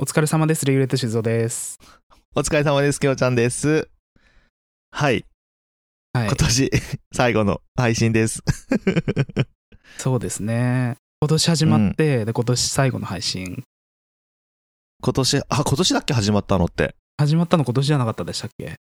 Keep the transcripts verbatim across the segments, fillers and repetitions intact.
お疲れ様です。レギュレート静雄です。 お疲れ様です。きょうちゃんです。はい。はい、今年最後の配信です。 そうですね。今年始まって、うん、で今年最後の配信。 今年、あ、今年だっけ始まったのって。 始まったの今年じゃなかったでしたっけ？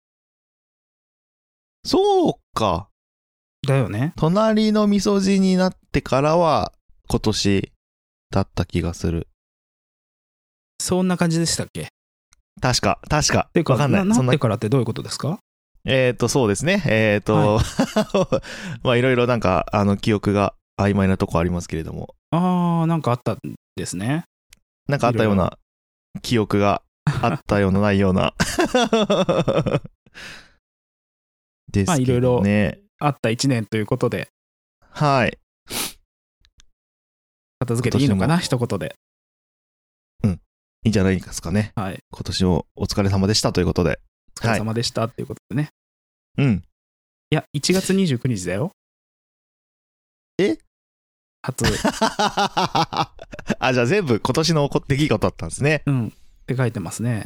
そうか。 だよね。 隣のみそじになってからは今年だった気がする。 そんな感じでしたっけ？ 確か、確か。 てか、 わかんない。 な、なってからってどういうことですか？ えっと、そうですね。えっと、はい、まあいろいろなんか、あの、記憶が曖昧なとこありますけれども。 あー、なんかあったんですね。 なんかあったような記憶があったようなないような。ですけどね。まあいろいろあったいちねんということで。 はい。 片付けていいのかな、一言で。 うん。いいんじゃないですかね。 はい。 今年もお疲れ様でしたということで。 お疲れ様でしたっていうことでね。 はい、うん。 いや、いちがつにじゅうくにちだよ。 え？ 初。 あ、じゃあ全部今年の出来事だったんですね。 うん。って書いてますね。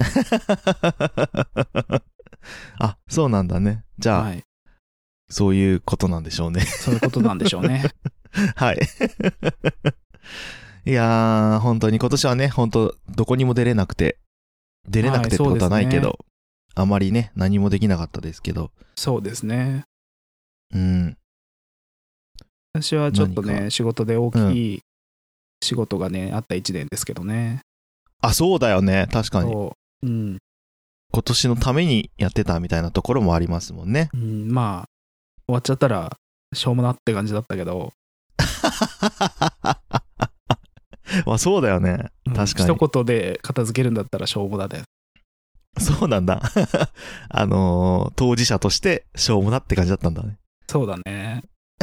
あ、そうなんだね。じゃあ、はい、そういうことなんでしょうね。 そういうことなんでしょうね。 はい。いやー、本当に今年はね、本当どこにも出れなくて、出れなくてってことはないけど、はいね、あまりね、何もできなかったですけど。 そうですね。 うん。 私はちょっとね、仕事で大きい仕事がね、うん、あったいちねんですけどね。 あ、そうだよね。確かに。 そう。うん。 今年のためにやってたみたいなところもありますもんね。 うん、まあ、終わっちゃったら、しょうもなって感じだったけど。 まあそうだよね。確かに。 うん、一言で片付けるんだったらしょうもなで。 そうなんだ。あのー、当事者としてしょうもなって感じだったんだね。 そうだね。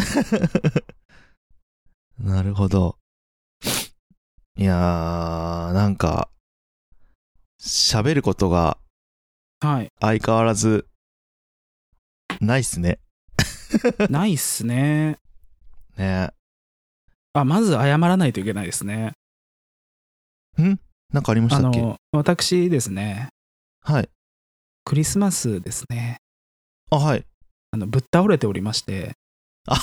なるほど。いやー、なんか、喋ることが、相変わらず、ないっすね。 ないっすね。 ね。 あ、まず謝らないといけないですね。 ん？なんかありましたっけ？ あの、私ですね。 はい。 クリスマスですね。 あ、はい。 あの、ぶっ倒れておりまして。 あ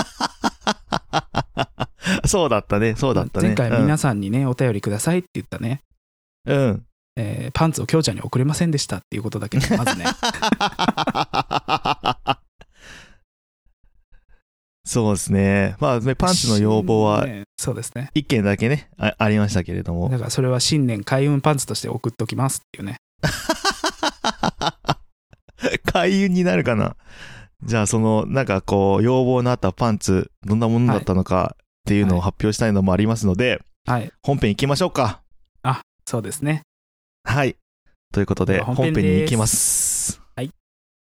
そうだったね、そうだったね。 前回皆さんにね、うん、お便りくださいって言ったね。 うん。 えー、パンツをきょうちゃんに送れませんでしたっていうことだけど、まずね。 そうですね。まあ、パンツの要望は、 そうですね。 一件だけねあ、ありましたけれども。 だからそれは新年開運パンツとして送っときますっていうね。 開運になるかな。じゃあ、その、なんかこう、要望のあったパンツ、どんなものだったのかっていうのを発表したいのもありますので、 はい。 本編行きましょうか。 あ、そうですね。 はい。ということで、本編に行きます。 はい。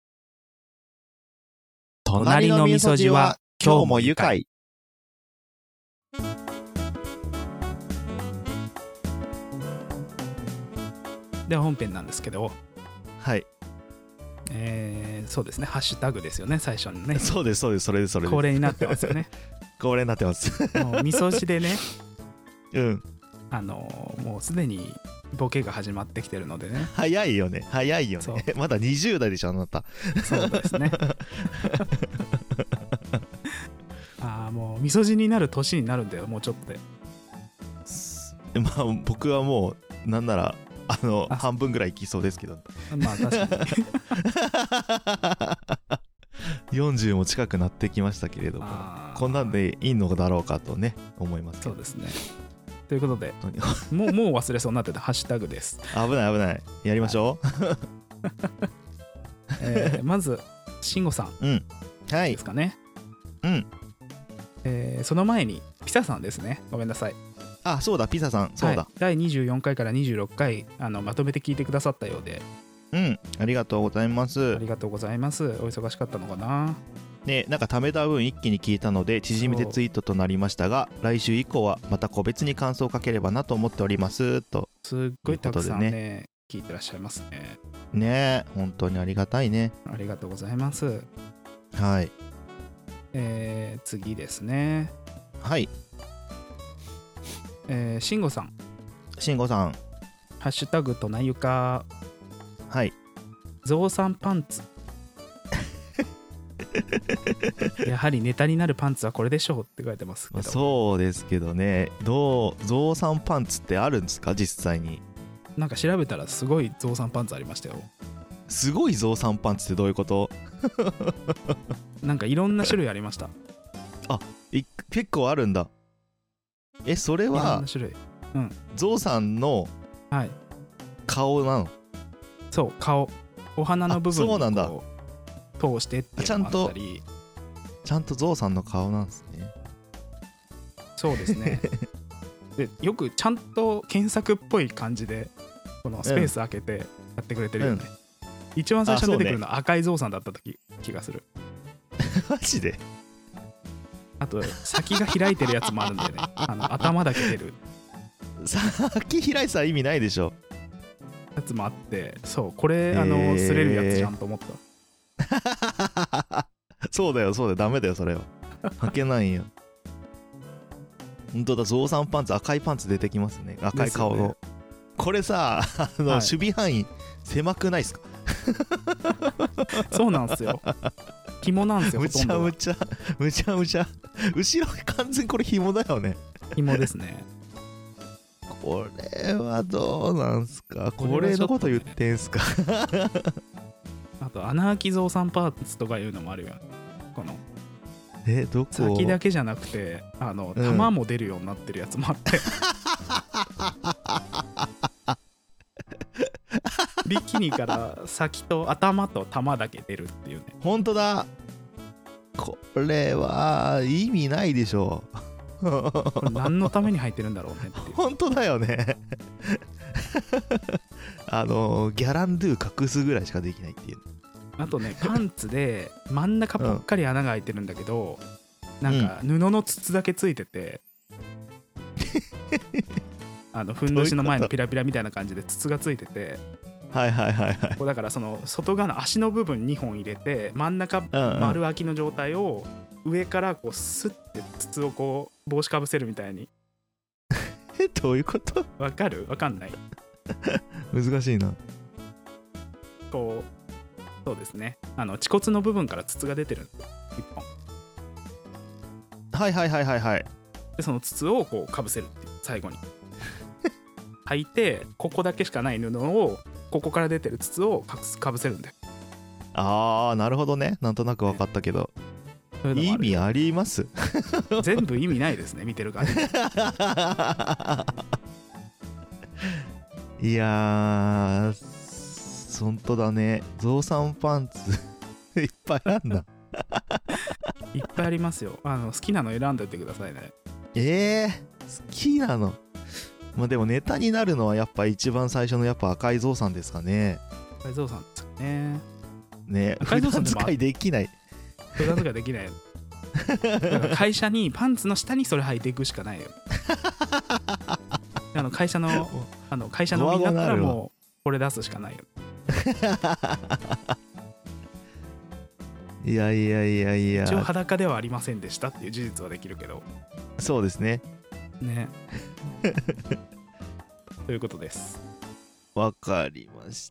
隣のみそじは今日も愉快。 では本編なんですけど、 はい。 えー、そうですね、ハッシュタグですよね、最初にね。 そうです、そうです、それです、それです。 恒例になってますよね。 恒例になってます。 もうみそじでね、 うん。 あのもうすでにボケが始まってきてるのでね。 早いよね、早いよね。まだにじゅう代でしょ、あなた。 そうですね。ああ、もうみそじになる年になるんだよ、もうちょっとで。 まあ僕はもうなんならあのあ半分ぐらいいきそうですけど。 まあ確かに。よんじゅうも近くなってきましたけれども、こんなんでいいのだろうかとね思いますけど。 そうですね。ということでもうもう忘れそうになってたハッシュタグです。 危ない危ない、やりましょう。 えー、まず慎吾さん、 うん、はいですかね。 うん、 えー、その前にピサさんですね。ごめんなさい。 あ、そうだ、ピザさん、そうだ、はい、 だいにじゅうよんかいからにじゅうろっかいあのまとめて聞いてくださったようで、 うん、ありがとうございます。 ありがとうございます。お忙しかったのかな。 ね、なんか貯めた分一気に聞いたので縮みでツイートとなりましたが、来週以降はまた個別に感想をかければなと思っておりますと。 すっごいたくさんね、ね聞いてらっしゃいますね。 ねえ、本当にありがたいね。 ありがとうございます。 はい。 えー、次ですね。 はい。 えー、慎吾さん。 慎吾さん。 ハッシュタグとなゆか、 はい、 ゾウさんパンツやはりネタになるパンツはこれでしょうって書いてますけど、 そうですけどね。どうゾウさんパンツってあるんですか実際に。 なんか調べたらすごいゾウさんパンツありましたよ。 すごいゾウさんパンツってどういうこと？ なんかいろんな種類ありました。 あ、い結構あるんだ。え、それは種類、うん、 ゾウさんの顔なの？ そう、顔、お花の部分を通してっていうのもあったり、 ちゃんとゾウさんの顔なんですね。 そうですね。でよくちゃんと検索っぽい感じでこのスペース開けてやってくれてるよね、うん、一番最初に出てくるのは赤いゾウさんだった時気がする。 マジで？ あと先が開いてるやつもあるんだよね。あの頭だけ出る先開いてたら意味ないでしょやつもあって、そうこれあの擦れるやつじゃんと思った。 そうだよそうだよ、ダメだよそれは。履けないよ。本当だ、ゾウさんパンツ、赤いパンツ出てきますね。赤い顔の、ね、これさ、あの、はい、守備範囲狭くないっすか？ そうなんすよ。紐なんすよ。 むちゃむちゃむちゃむちゃ後ろ完全これ紐だよね。 紐ですね。 これはどうなんすか？これのこと言ってんすか？ あと穴あきゾウさんパンツとかいうのもあるよ。このえどこ？ 先だけじゃなくてあの玉も出るようになってるやつもあって、うん、ビキニから先と頭と玉だけ出るっていうね。 本当だ。これは意味ないでしょう。 これ何のために履いてるんだろうねっていう。 本当だよね。あのギャランドゥ隠すぐらいしかできないっていう。 あとね、パンツで真ん中ぽっかり穴が開いてるんだけど、うん、なんか布の筒だけついてて、うん、あのふんどしの前のピラピラみたいな感じで筒がついてて、 はいはいはいはい。 だからその外側の足の部分にほん入れて真ん中丸開きの状態を上からこうスッて筒をこう帽子かぶせるみたいに。 え、どういうこと？ わかる？わかんない？ 難しいな。 こうそうですね、あの恥骨の部分から筒が出てるんですよ、一本。 はいはいはいはいはい。 でその筒をこうかぶせるっていう、最後に履いてここだけしかない布をここから出てる筒をかぶせるんだよ。 あーなるほどね、なんとなく分かったけど、ね、意味あります？ 全部意味ないですね、見てる感じ。 いやー本当だね、ゾウさんパンツいっぱいあんな。 いっぱいありますよ。あの好きなの選んでおいてくださいね。 えー、好きなの、まあ、でもネタになるのはやっぱ一番最初のやっぱ赤いゾウさんですかね。 赤いゾウさんですかね。 ね、普段使いできない。 普段使いできない。だから会社にパンツの下にそれ履いていくしかないよ。あの会社のあの会社のみんなったらもうこれ出すしかないよ。 いやいやいやいや、 一応裸ではありませんでしたっていう事実はできるけど。 そうですね。 ね。ということです。 わかりました。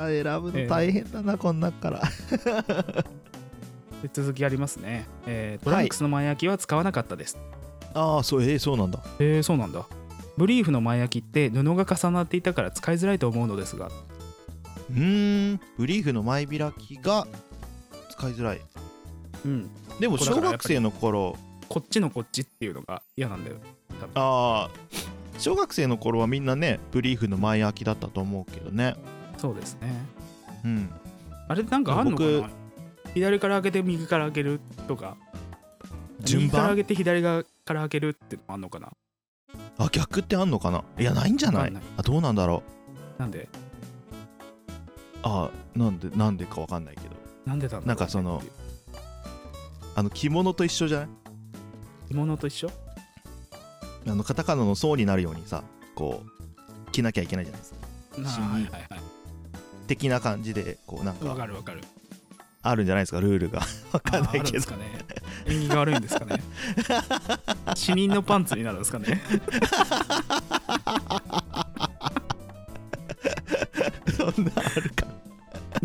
選ぶの大変だな、えー、こん中からで続きありますね、えー、トランクスの前開きは使わなかったです、 はい、ああそう、えー、そうなんだ。 えー、そうなんだ。ブリーフの前開きって布が重なっていたから使いづらいと思うのですが。 うーん、ブリーフの前開きが使いづらい。 うん。 でも小学生の頃こっちのこっちっていうのが嫌なんだよ。多分ああ、小学生の頃はみんなねブリーフの前開きだったと思うけどね。 そうですね。 うん。 あれなんかあんのかな。左から開けて右から開けるとか、順番右から開けて左側から開けるってのもあんのかな。 あ、逆ってあんのかな。いや、ないんじゃない。ない。あ、どうなんだろう。なんであなんでなんでかわかんないけど、 なんでだろう、ね、 なんかそのあの着物と一緒じゃない。 着物と一緒。 あのカタカナの層になるようにさ、こう着なきゃいけないじゃないですか。 はいはいはい。 的な感じでこうなんかわかるわかる。 あるんじゃないですか、ルールが。わかんないけど。あるんですかね。縁起が悪いんですかね。死人のパンツになるんですかね。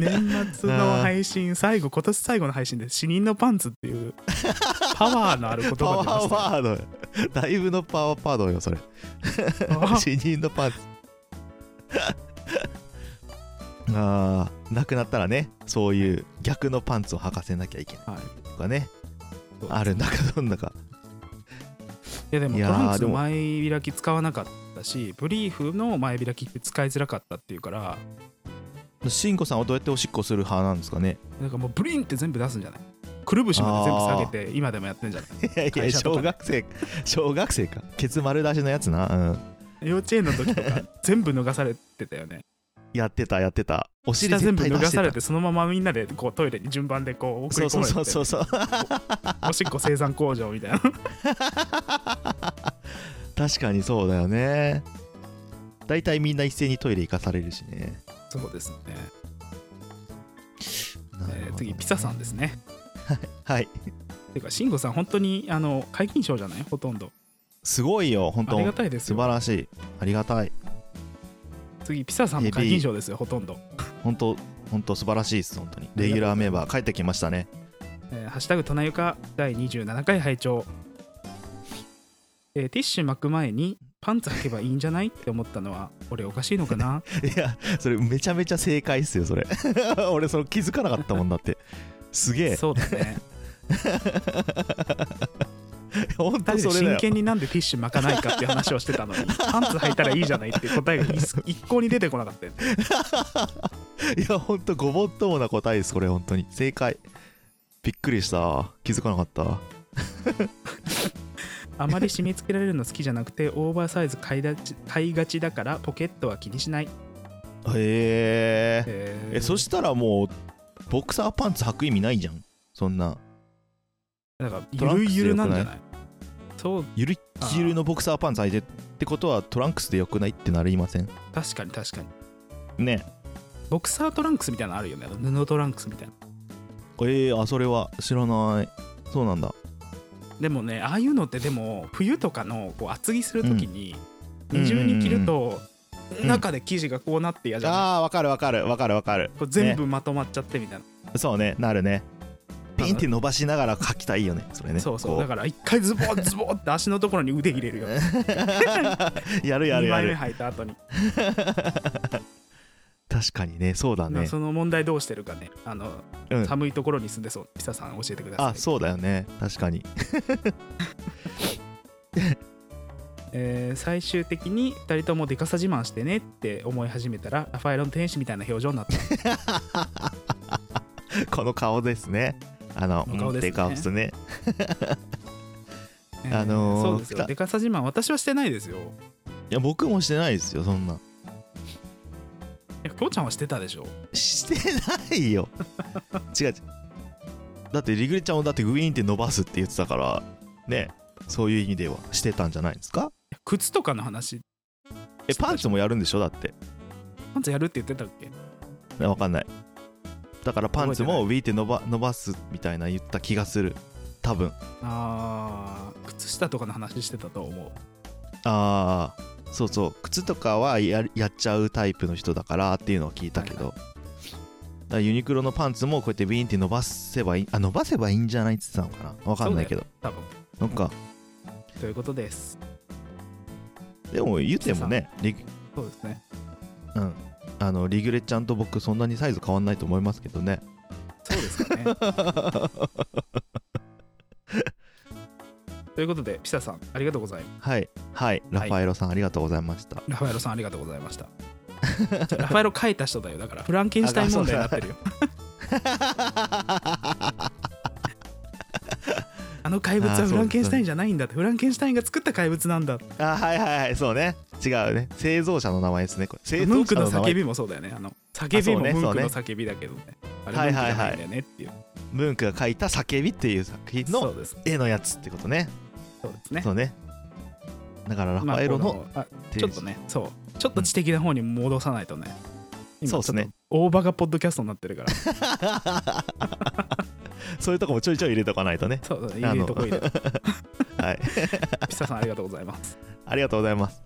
年末の配信最後今年最後の配信で死人のパンツっていうパワーのある言葉パワ出ました、 ーワードよ。だいぶのパワーパードよそれ。死人のパンツ。あー、なくなったらね、そういう逆のパンツを履かせなきゃいけないとかね、はい、あるんだかどんだか。 いやでもトランクスの前開き使わなかったし、ブリーフの前開きって使いづらかったっていうから。 しんこさんはどうやっておしっこする派なんですかね。 なんかもうブリンって全部出すんじゃない？くるぶしまで全部下げて今でもやってんじゃない？ いやいや、小学生小学生か、ケツ丸出しのやつな、 うん、幼稚園の時とか全部脱がされてたよね。 やってたやってた。 お尻全部脱がされて、そのままみんなでこうトイレに順番でこう送り込まれて、 そうそうそうそうお, おしっこ生産工場みたいな。確かにそうだよね。だいたいみんな一斉にトイレ行かされるしね。 そうですね。えー、次ピサさんですね。 はい。 てか慎吾さん本当にあの皆勤賞じゃない？ほとんどすごいよ本当。 ありがたいですよ。 素晴らしい、ありがたい。 次ピサさんも皆勤賞ですよほとんど。 本当本当素晴らしいです本当に。レギュラーメンバー帰ってきましたね。 えー、ハッシュタグとなゆかだいにじゅうななかい拝聴。えー、ティッシュ巻く前にパンツ履けばいいんじゃないって思ったのは俺おかしいのかな。 いやそれめちゃめちゃ正解っすよそれ。俺それ気づかなかったもんだって。すげえ。 そうだね。 本当それだよ。 真剣になんでティッシュ巻かないかっていう話をしてたのにパンツ履いたらいいじゃないっていう答えが一向に出てこなかったよね。 いや本当ごもっともな答えですこれ本当に。正解。びっくりした、気づかなかった。 あまり締め付けられるの好きじゃなくてオーバーサイズ買いだち買いがちだからポケットは気にしない。 へえ。えそしたらもうボクサーパンツ履く意味ないじゃんそんな。 だからゆるゆるなんじゃない？そうゆるゆるのボクサーパンツ履いてってことはトランクスでよくないってなりません？ 確かに確かにね。 ボクサートランクスみたいなのあるよね。布トランクスみたいな。 えー、あそれは知らない。そうなんだ。 でもねああいうのってでも冬とかのこう厚着するときに二重に着ると中で生地がこうなって嫌じゃない？ ああ分かる分かる分かる分かる。 こう全部まとまっちゃってみたいな、 ね、そうねなるね。ピンって伸ばしながら描きたいよねそれね。 そうそうだから一回ズボッズボッって足のところに腕入れるよ。 やるやるやる。にまいめ履いた後に。 確かにねそうだね。 その問題どうしてるかねあの、うん、寒いところに住んでそうピサさん教えてください。 あそうだよね確かに。 えー、最終的にふたりともデカさ自慢してねって思い始めたらラファエロの天使みたいな表情になった。 この顔ですね。あの顔ですね。デカですね。 えー、あのー、そうですよデカさ自慢私はしてないですよ。 いや僕もしてないですよそんな。 いやきょうちゃんはしてたでしょ。 してないよ。違う違う。だってリグレちゃんをだってグイーンって伸ばすって言ってたからね。そういう意味ではしてたんじゃないですか。 靴とかの話。 えパンツもやるんでしょだって。 パンツやるって言ってたっけ？ わかんない。だからパンツもウィーって伸ば伸ばすみたいな言った気がする多分。 あー靴下とかの話してたと思う。 ああそうそう靴とかは や, やっちゃうタイプの人だからっていうのを聞いたけど、はいはい、だからユニクロのパンツもこうやってウィーンって伸ばせばいいあ伸ばせばいいんじゃないって言ってたのかなわかんないけど多分なんかということです。 でも言ってもねリそうですねうんあのリグレちゃんと僕そんなにサイズ変わんないと思いますけどね。 そうですかね。ということでピサさんありがとうございます。 はいはいラファエロさん、はい、ありがとうございました。 ラファエロさんありがとうございました。ラファエロ書いた人だよだからフランケンシュタイン問題になってるよ。あの怪物はフランケンシュタインじゃないんだってフランケンシュタインが作った怪物なんだ。 あはいはいはいそうね違うね製造者の名前ですねこれ。製造者の名前ムンクの叫びもそうだよね。あの叫びもムンクの叫びだけどね。あれムンクじゃないんだよねっていう、はいはいはい、 ムンクが書いた叫びっていう作品の絵のやつってことね。 そうですねそうねだからラファエロの、 まあ、ちょっとねそうちょっと知的な方に戻さないとね、 うん、そうですね大バカポッドキャストになってるからそういうとこもちょいちょい入れとかないとね。 そうそう入れとこ入れとこはいピサさんありがとうございます。 ありがとうございます。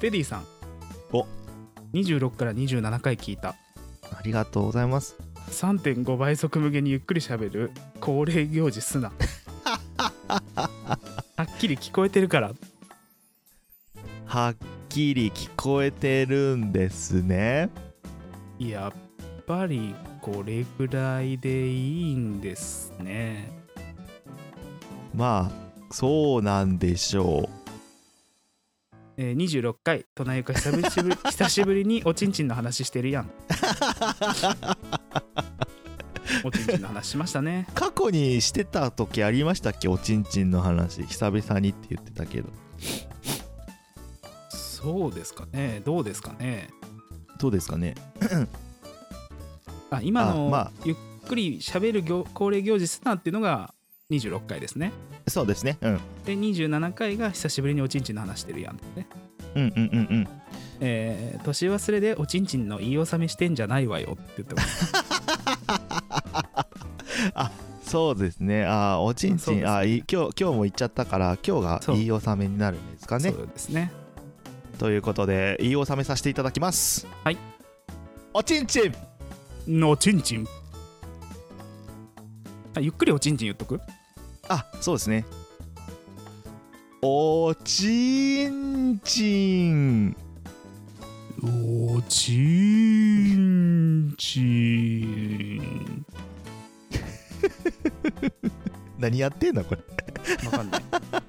はい、えー、ステディさんおにじゅうろくからにじゅうななかい聞いたありがとうございます。 さんてんご 倍速無限にゆっくりしゃべる恒例行事すなはっきり聞こえてるから。 はっきり聞こえてるんですね。 やっぱりこれぐらいでいいんですね。 まあそうなんでしょう。 えー、にじゅうろっかいとなゆか久しぶり久しぶりにおちんちんの話してるやんおちんちんの話しましたね。 過去にしてた時ありましたっけ？おちんちんの話久々にって言ってたけど。 そうですかね。どうですかね。 どうですかねあ今の、まあ、ゆっくりしゃべる恒例行事すなっていうのがにじゅうろっかいですね。 そうですね。うん。 でにじゅうななかいが久しぶりにおちんちんの話してるやんね。 うんうんうんうん。 えー、年忘れでおちんちんの言い納めしてんじゃないわよって言ってますあ、そうですね。あ、おちんちん、ね、あ、今日今日も言っちゃったから今日が言い納めになるんですかね。 そうですね。 ということで言い納めさせていただきます。 はい。 おちんちんのちんちん。あ、ゆっくりおちんちん言っとく。 あ、そうですね。おちんちんおちんちん何やってんのこれわかんない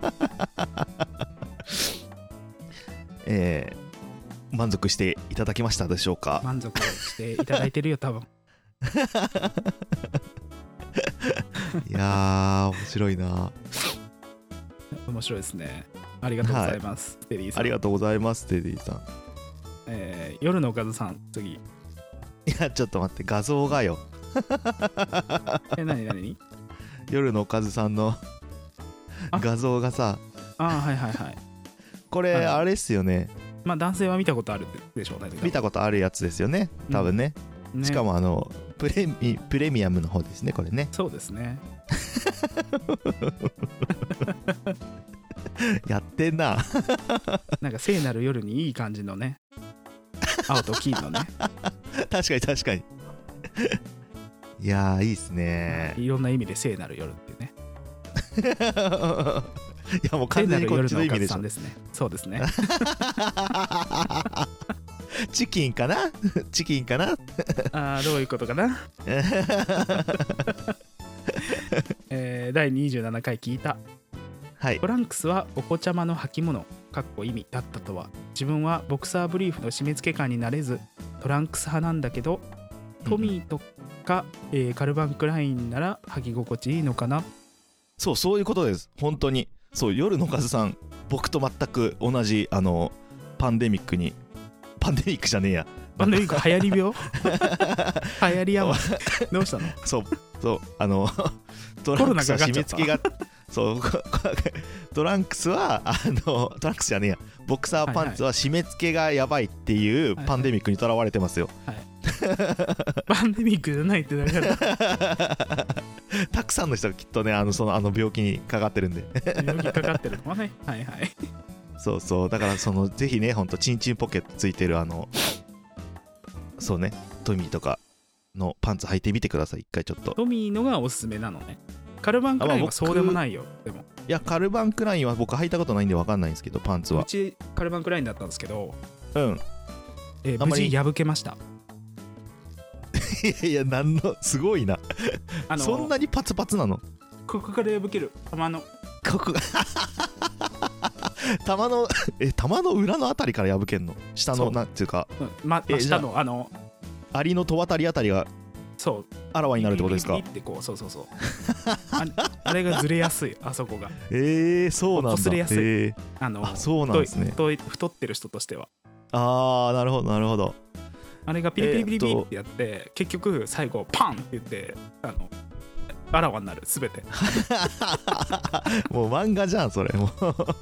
えー、満足していただけましたでしょうか。 満足していただいてるよ多分いやー面白いな。 面白いですね。ありがとうございます、はい、テリーさん。 ありがとうございますテリーさん。 えー、夜のおかずさん次。いやちょっと待って画像がよえなになに夜のおかずさんの画像がさああはいはいはいこれ、はい、あれっすよね。 まあ男性は見たことあるでしょうね。 見たことあるやつですよね多分ね、うん、ね。しかもあのプレミ、プレミアムの方ですねこれね。 そうですねやってんななんか聖なる夜にいい感じのね青と金のね確かに確かにいやーいいっすね。 いろんな意味で聖なる夜っていうねいやもう完全にこっちの意味でしょ。 ですね。そうですねチキンかなチキンかなあーどういうことかなえー、だいにじゅうななかい聞いた。はい、トランクスはお子ちゃまの履物かっこ意味だったとは。自分はボクサーブリーフの締め付け感になれずトランクス派なんだけど、トミーとか、うんえー、カルバンクラインなら履き心地いいのかな。 そうそういうことです。本当にそう。夜のカズさん僕と全く同じあのパンデミックにパンデミックじゃねえやパンデミック流行り病流行り病どうしたの。 そうそうあのトランクスは締め付けがそうトランクスはあのトランクスじゃねえやボクサーパンツは締め付けがやばいっていうパンデミックにとらわれてますよ。はいはい、 パンデミックじゃないってだからたくさんの人がきっとねあのそのあの病気にかかってるんで病気かかってるのね。はいはいそうそうだからそのぜひねほんとチンチンポケットついてるあのそうねトミーとかのパンツ履いてみてください一回ちょっと。 トミーのがおすすめなのね。カルバンクラインはそうでもないよ。でもいやカルバンクラインは僕履いたことないんで分かんないんですけどパンツはうちカルバンクラインだったんですけどうん、 えー、無事破けました。 いやいやなんのすごいなあのそんなにパツパツなの。 ここから破ける玉のここが玉のえ玉の裏のあたりから破けんの下のなんていうか、 うんまま、下のあのアリの戸渡りあたりがそうあらわになるってことですか。 ピピピピってこうそうそうそうあ, あれがずれやすいあそこがえー、そうなんだ。 擦れやすい、えー、あのあそうなんですね。 太い太ってる人としてはあーなるほどなるほど。 あれがピリピリピリピリってやって、えー、結局最後パンって言ってあのあらわになるすべてもう漫画じゃんそれもう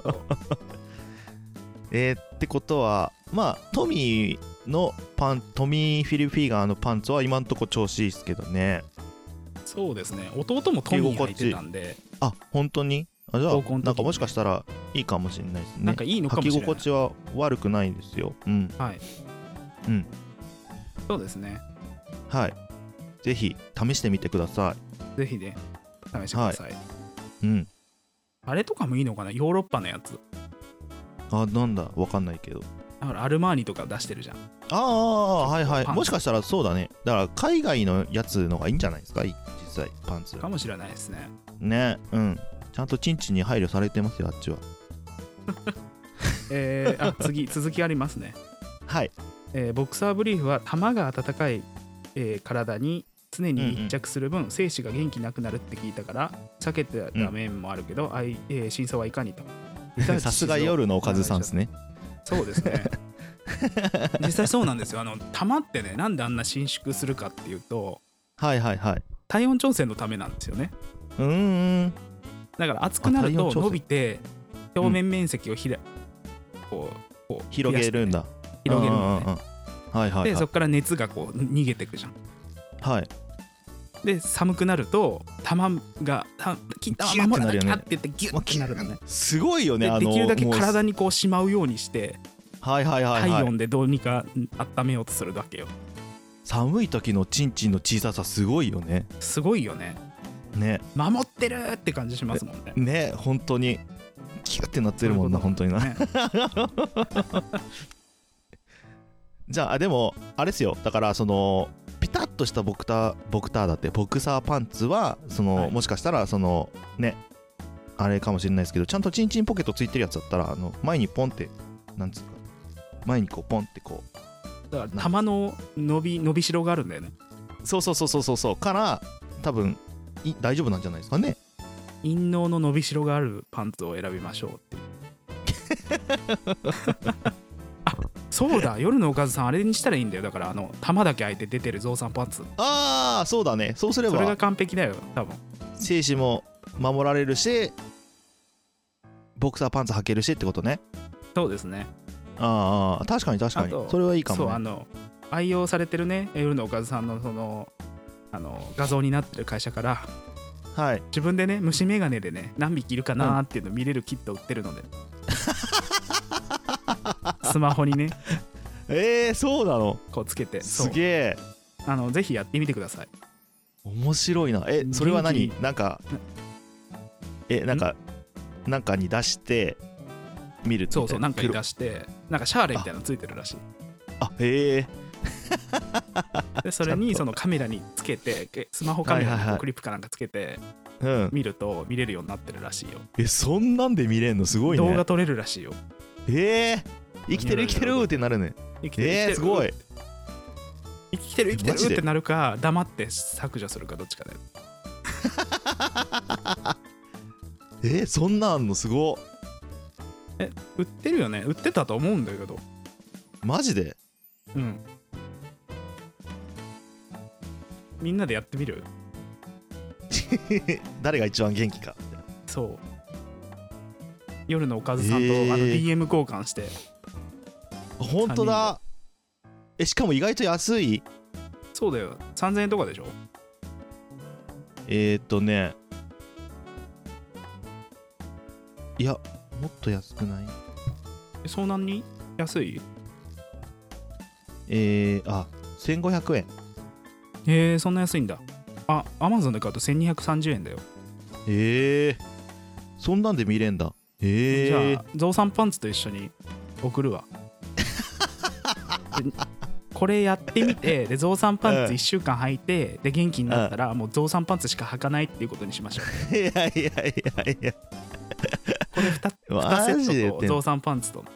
えー、ってことはまあトミーのパントミー・フィルフィーガーのパンツは今んとこ調子いいですけどね。 そうですね。弟もトミー履いてたんで。 あ本当にあじゃあなんかもしかしたらいいかもしれないですね。 なんかいいのかもしれない。 履き心地は悪くないですよ。うんはいうんそうですね。 はい、ぜひ試してみてください。ぜひね試してください、はい、 うん。 あれとかもいいのかな、ヨーロッパのやつ。 あ、なんだわかんないけど、 だからアルマーニとか出してるじゃん。 ああ、はいはい、もしかしたらそうだね。だから海外のやつのがいいんじゃないですか、実際パンツかもしれないですね。 ね、うん、ちゃんとチンチンに配慮されてますよ、あっちは。 えー、あ次続きありますね。 はい、 えー、ボクサーブリーフは玉が温かい、えー、体に常に密着する分、うんうん、精子が元気なくなるって聞いたから避けてた面もあるけど、うん、あいえー、真相はいかにと。 さすが夜のおかずさんですね。 そうですね。実際そうなんですよ。あの玉ってね、なんであんな伸縮するかっていうと、 はいはいはい、 体温調整のためなんですよね。 うーん、 だから熱くなると伸びて表面面積をひら、うん、こうこう広げるんだ。 広げるのね。 はいはいはい、 でそこから熱がこう逃げてくじゃん。 はい。 で寒くなると玉が金玉守らなきゃって言ってギュッてなるのね。 すごいよね。あのできるだけ体にこうしまうようにして、 はいはいはいはい、 体温でどうにか温めようとするわけよ。 寒い時のチンチンの小ささすごいよね。 すごいよね。 ね、 守ってるって感じしますもんね。 ね、本当にキュッてなってるもんな、本当にな。ね、じゃあでもあれですよ。だからそのピタッとしたボクターボクターだってボクサーパンツはその、はい、もしかしたらそのねあれかもしれないですけど、ちゃんとチンチンポケットついてるやつだったらあの前にポンってなんつうか前にこうポンってこうだから玉の伸び伸びしろがあるんだよね。 そうそうそうそうそうから多分い大丈夫なんじゃないですかね。 陰嚢の伸びしろがあるパンツを選びましょうってあ、そうだ、夜のおかずさんあれにしたらいいんだよ。だからあの玉だけ開いて出てるゾウさんパンツ。 ああ、そうだね。そうすればそれが完璧だよ多分。 精子も守られるしボクサーパンツ履けるしってことね。 そうですね。 ああ、確かに確かにそれはいいかもね。 そう、あの愛用されてるね夜のおかずさんのそのあの画像になってる会社から、 はい、 自分でね虫眼鏡でね何匹いるかなっていうのを見れるキット売ってるので、うん、スマホにねえー、そうなの。 こうつけて、 すげえ。 あのぜひやってみてください。 面白いな。え、それは何なんかえなんかなんかに出して見るって。 そうそう、なんかに出してなんかシャーレみたいなのついてるらしい。 あ、へえ。 でそれにそのカメラにつけてスマホカメラにクリップかなんかつけて見ると見れるようになってるらしいよ。 え、そんなんで見れんのすごいね。 動画撮れるらしいよ。 えー、生きてる生きてるってなるね。 生きてるえー、すごい。 生きてる生きてるってなるか黙って削除するかどっちかだよ。 えー、そんなんあんのすご。 え、売ってるよね。売ってたと思うんだけど。 マジで？ うん。みんなでやってみる？ 誰が一番元気か。 そう。夜のおかずさんと、えー、あの ディーエム 交換して。 本当だ。え、しかも意外と安い。 そうだよ。さんぜんえんとかでしょ。 えーっとね、いやもっと安くない？ え、そんなに安い？ えー、あ、せんごひゃくえん。 へえー、そんな安いんだ。あ、Amazon で買うとせんにひゃくさんじゅうえんだよ。 へえー、そんなんで見れんだ。へえー、 じゃあゾウさんパンツと一緒に送るわ。これやってみて、でゾウさんパンツいっしゅうかん履いて、で元気になったらもうゾウさんパンツしか履かないっていうことにしましょう。 いやいやいやいや、 これ 2, 2セットとゾウさんパンツと。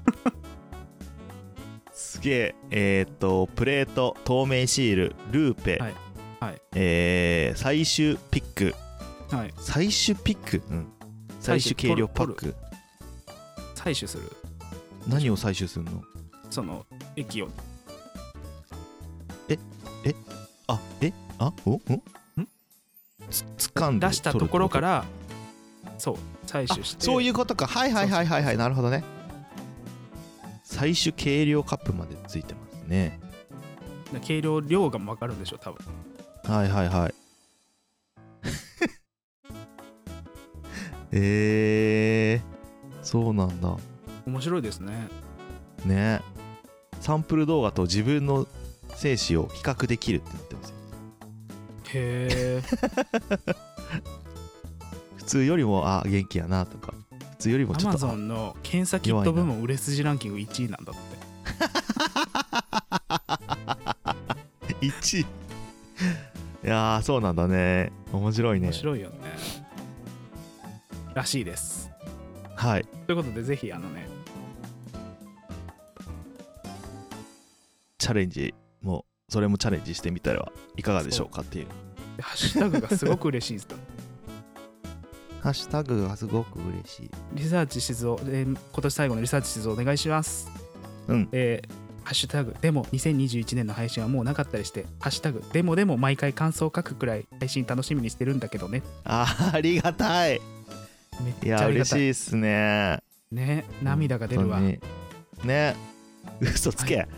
すげえ。えー、っとプレート、透明シール、ルーペ、 はいはい、 えー、採取ピック、 はい、 採取ピック、うん、採取計量パック。 採取する。 何を採取するの？ その液を。 ええあえあおんつ掴んで出したところからそう採取して。 そういうことか。はいはいはいはいはい、なるほどね。採取計量カップまでついてますね。 計量量が分かるんでしょ多分。 はいはいはい。えー、そうなんだ。 面白いですね。 ね。サンプル動画と自分の精子を比較できるってなってますよ。 へえ。 普通よりもあ元気やなとか、普通よりもちょっと Amazon の検査キット部門売れ筋ランキングいちいなんだって。 いちい。いやーそうなんだね。面白いね。 面白いよね。らしいです。 はい。 ということでぜひあのねチャレンジもそれもチャレンジしてみたらいかがでしょうかっていう。 ハッシュタグがすごく嬉しいです。 ハッシュタグがすごく嬉しい。 リサーチ静雄、えー、今年最後のリサーチ静雄お願いします。 うん。 えー、ハッシュタグでもにせんにじゅういちねんの配信はもうなかったりして、ハッシュタグでもでも毎回感想を書くくらい配信楽しみにしてるんだけどね。 あありがたい。 めっいやちゃありがたい。 嬉しいっすね。 ね、涙が出るわ。 ね、嘘つけ。はい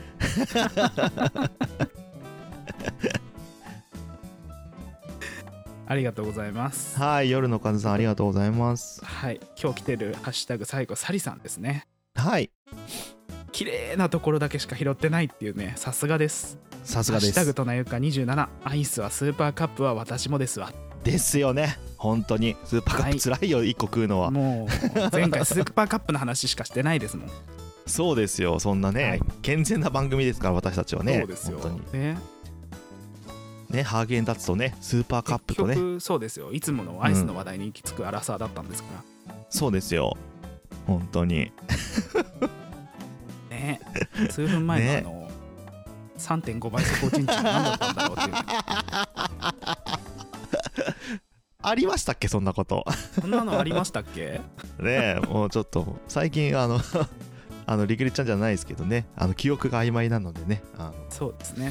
ありがとうございます。 はい、夜の風さんありがとうございます。 はい、今日来てるハッシュタグ最後サリさんですね。 はい。 綺麗なところだけしか拾ってないっていうね、さすがです。 さすがです。 ハッシュタグとなゆかにじゅうなな、アイスはスーパーカップは私もですわ。 ですよね。本当にスーパーカップつらいよ、はい、いっこ食うのは。 もう前回スーパーカップの話しかしてないですもん。 そうですよ、そんなね、はい、健全な番組ですから私たちはね。 そうですよ。 本当にね。 ね、ハーゲンダッツとねスーパーカップとね。 結局そうですよ。いつものアイスの話題に行き着くアラサーだったんですから。 うん、そうですよ。本当に。 ね。数分前のあの、ね、さんてんご 倍速おちんちん何だったんだろうっていう。 ありましたっけそんなこと。 そんなのありましたっけ。 ねえ、もうちょっと最近あのあのリグリちゃんじゃないですけどね、あの記憶が曖昧なのでね。あのそうですね。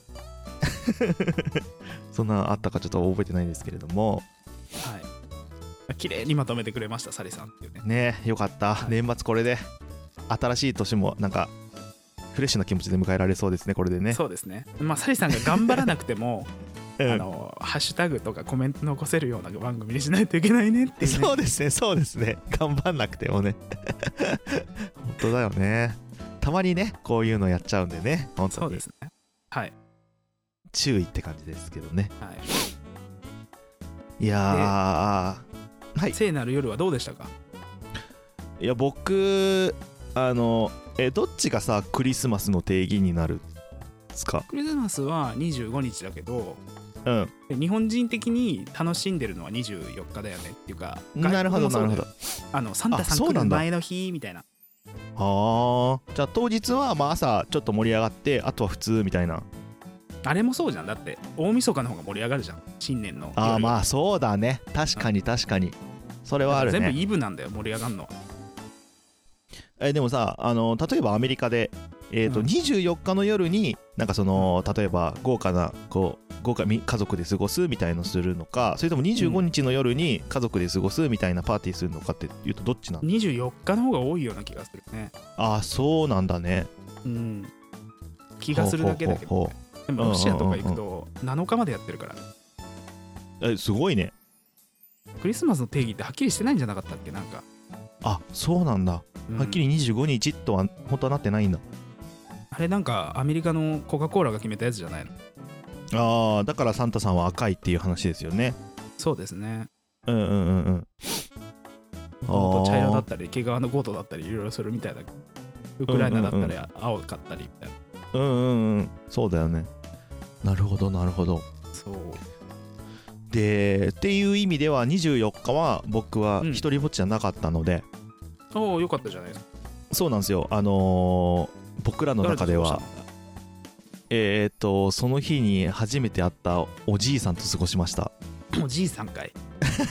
そんなあったかちょっと覚えてないんですけれども、 はい、綺麗にまとめてくれましたサリさんっていうね。 ねえよかった、はい、年末これで新しい年もなんかフレッシュな気持ちで迎えられそうですねこれでね。 そうですね。まあサリさんが頑張らなくてもうん、あのハッシュタグとかコメント残せるような番組にしないといけないねっていう、ね、 そうですねそうですね頑張んなくてもね本当だよね。たまにねこういうのやっちゃうんでね、本当にそうですね。はい、 注意って感じですけどね。 はい、 いやー、はい、 聖なる夜はどうでしたか。 いや僕あのえどっちがさクリスマスの定義になるんですか。 クリスマスはにじゅうごにちだけど、 うん、 日本人的に楽しんでるのはにじゅうよっかだよねっていうか。 なるほどなるほど。 あのサンタさん来る前の日みたいな。 ああ、じゃあ当日はまあ朝ちょっと盛り上がってあとは普通みたいな。 あれもそうじゃん。だって大晦日の方が盛り上がるじゃん、新年の。 ああまあそうだね、確かに確かに、それはあるね。 全部イブなんだよ盛り上がるのは。 えでもさ、あの例えばアメリカで、えーとうん、にじゅうよっかの夜になんかその例えば豪華なこう豪華家族で過ごすみたいのするのか、それともにじゅうごにちの夜に家族で過ごすみたいなパーティーするのかっていうとどっちなの？ にじゅうよっかの方が多いような気がするね。 ああそうなんだね。 うん気がするだけだけど、ね、でもロシアとか行くとなのかまでやってるからね。 えすごいね。 クリスマスの定義ってはっきりしてないんじゃなかったっけ。なんかあそうなんだ、うん、はっきりにじゅうごにちとは本当はなってないんだ。 あれなんかアメリカのコカ・コーラが決めたやつじゃないの。 ああだからサンタさんは赤いっていう話ですよね。 そうですね。 うんうんうんうん本当茶色だったり毛皮のゴートだったりいろいろするみたいだけど、ウクライナだったり青かったりみたいな。 うんうんうんそうだよね。なるほどなるほど。 そうでっていう意味ではにじゅうよっかは僕は一人ぼっちじゃなかったので、 うん、おおよかったじゃないですか。 そうなんですよ。あのー、僕らの中ではえー、っとその日に初めて会ったおじいさんと過ごしました。 おじいさんかい。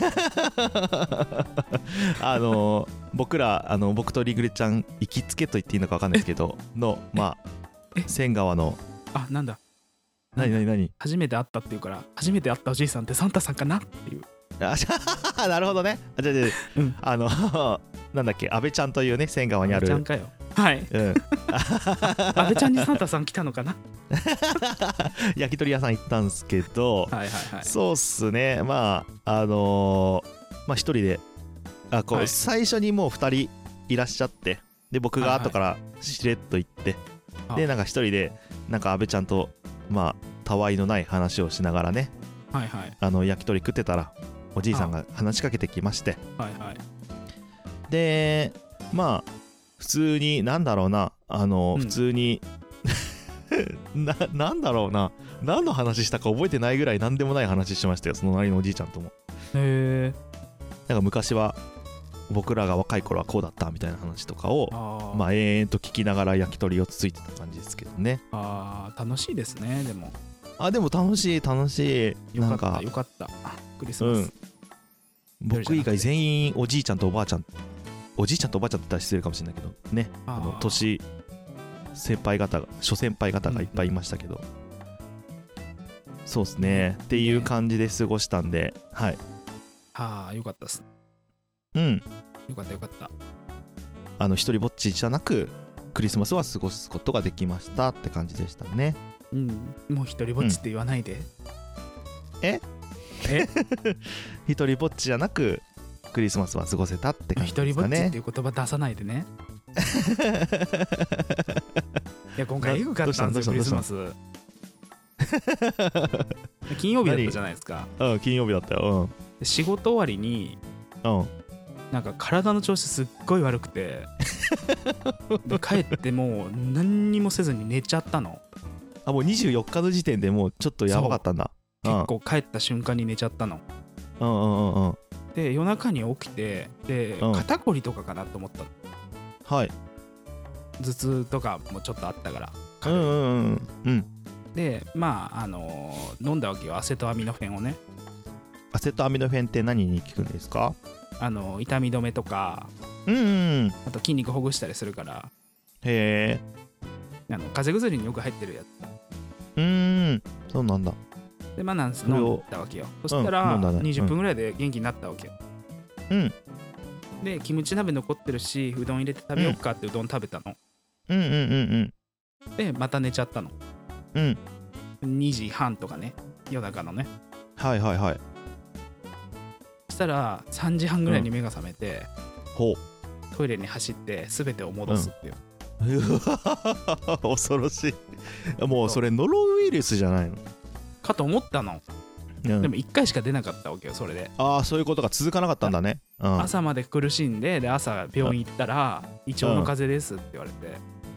あのー、僕らあの僕とリグレちゃん行きつけと言っていいのか分かんないですけどのまあ仙川のあなんだ何何何初めて会ったっていうから初めて会ったおじいさんってサンタさんかなっていう。 あなるほどね。あじゃあじゃあ、うん、あのなんだっけ安倍ちゃんというね仙川にある安倍ちゃんかよ。はい、うん、安倍ちゃんにサンタさん来たのかな。 焼き鳥屋さん行ったんですけど、 はいはいはい、 そうっすね。まああのー、まあ一人であこう、はい、最初にもうふたりいらっしゃって、で僕が後からしれっと行って、はいはい、でなんか一人でなんか安倍ちゃんとまあたわいのない話をしながらね、 はいはい、 あの焼き鳥食ってたらおじいさんが話しかけてきまして、 はいはい、 でまあ普通になんだろうなあの、うん、普通にな, なんだろうな何の話したか覚えてないぐらい何でもない話しましたよ、その隣のおじいちゃんとも。 へえ。 なんか昔は僕らが若い頃はこうだったみたいな話とかをあまあ延々と聞きながら焼き鳥をつついてた感じですけどね。 あ楽しいですね。でもあでも楽しい楽しい。 よかったなんかよかったクリスマス、うん、 僕以外全員おじいちゃんとおばあちゃんおじいちゃんとおばあちゃんって言ったら失礼かもしれないけどね、あの年先輩方が諸先輩方がいっぱいいましたけど、うん、そうですね、うん、っていう感じで過ごしたんで、はい。 はあよかったっす。 うんよかったよかった。 あの一人ぼっちじゃなくクリスマスは過ごすことができましたって感じでしたね。 うんもう一人ぼっちって言わないで、うん、 ええ一人ぼっちじゃなくクリスマスは過ごせたって感じですかね。 一人ぼっちっていう言葉出さないでねいや今回エグかったんですよクリスマス金曜日だったじゃないですか。 うん金曜日だったよ、 うん、仕事終わりにうんなんか体の調子すっごい悪くてで帰ってもう何にもせずに寝ちゃったの。 あもうにじゅうよっかの時点でもうちょっとやばかったんだ。 結構帰った瞬間に寝ちゃったの。 うんうんうんうん。 で夜中に起きてで、うん、肩こりとかかなと思ったの。 はい。 頭痛とかもちょっとあったから。 うんうんうんうん。 でまああのー、飲んだわけよアセトアミノフェンをね。 アセトアミノフェンって何に効くんですか？ あの痛み止めとか、 うんうんうん、 あと筋肉ほぐしたりするから。 へえ。 あの風邪薬によく入ってるやつ。 うーんそうなんだ。 でまあなんす飲んだわけよ。そしたら、うん、にじゅっぷんぐらいで元気になったわけよ。 うんでキムチ鍋残ってるしうどん入れて食べようかってうどん食べたの。 うんうんうんうんでまた寝ちゃったの。 うんにじはんとかね夜中のね。 はいはいはい。 そしたらさんじはんぐらいに目が覚めて、 うん、ほうトイレに走って全てを戻すっていう、 うん、恐ろしい。もうそれノロウイルスじゃないのかと思ったの、うん、でもいっかいしか出なかったわけよそれで。 ああそういうことが続かなかったんだね、うん、 朝まで苦しんでで朝病院行ったら、うん、胃腸の風邪ですって言われて、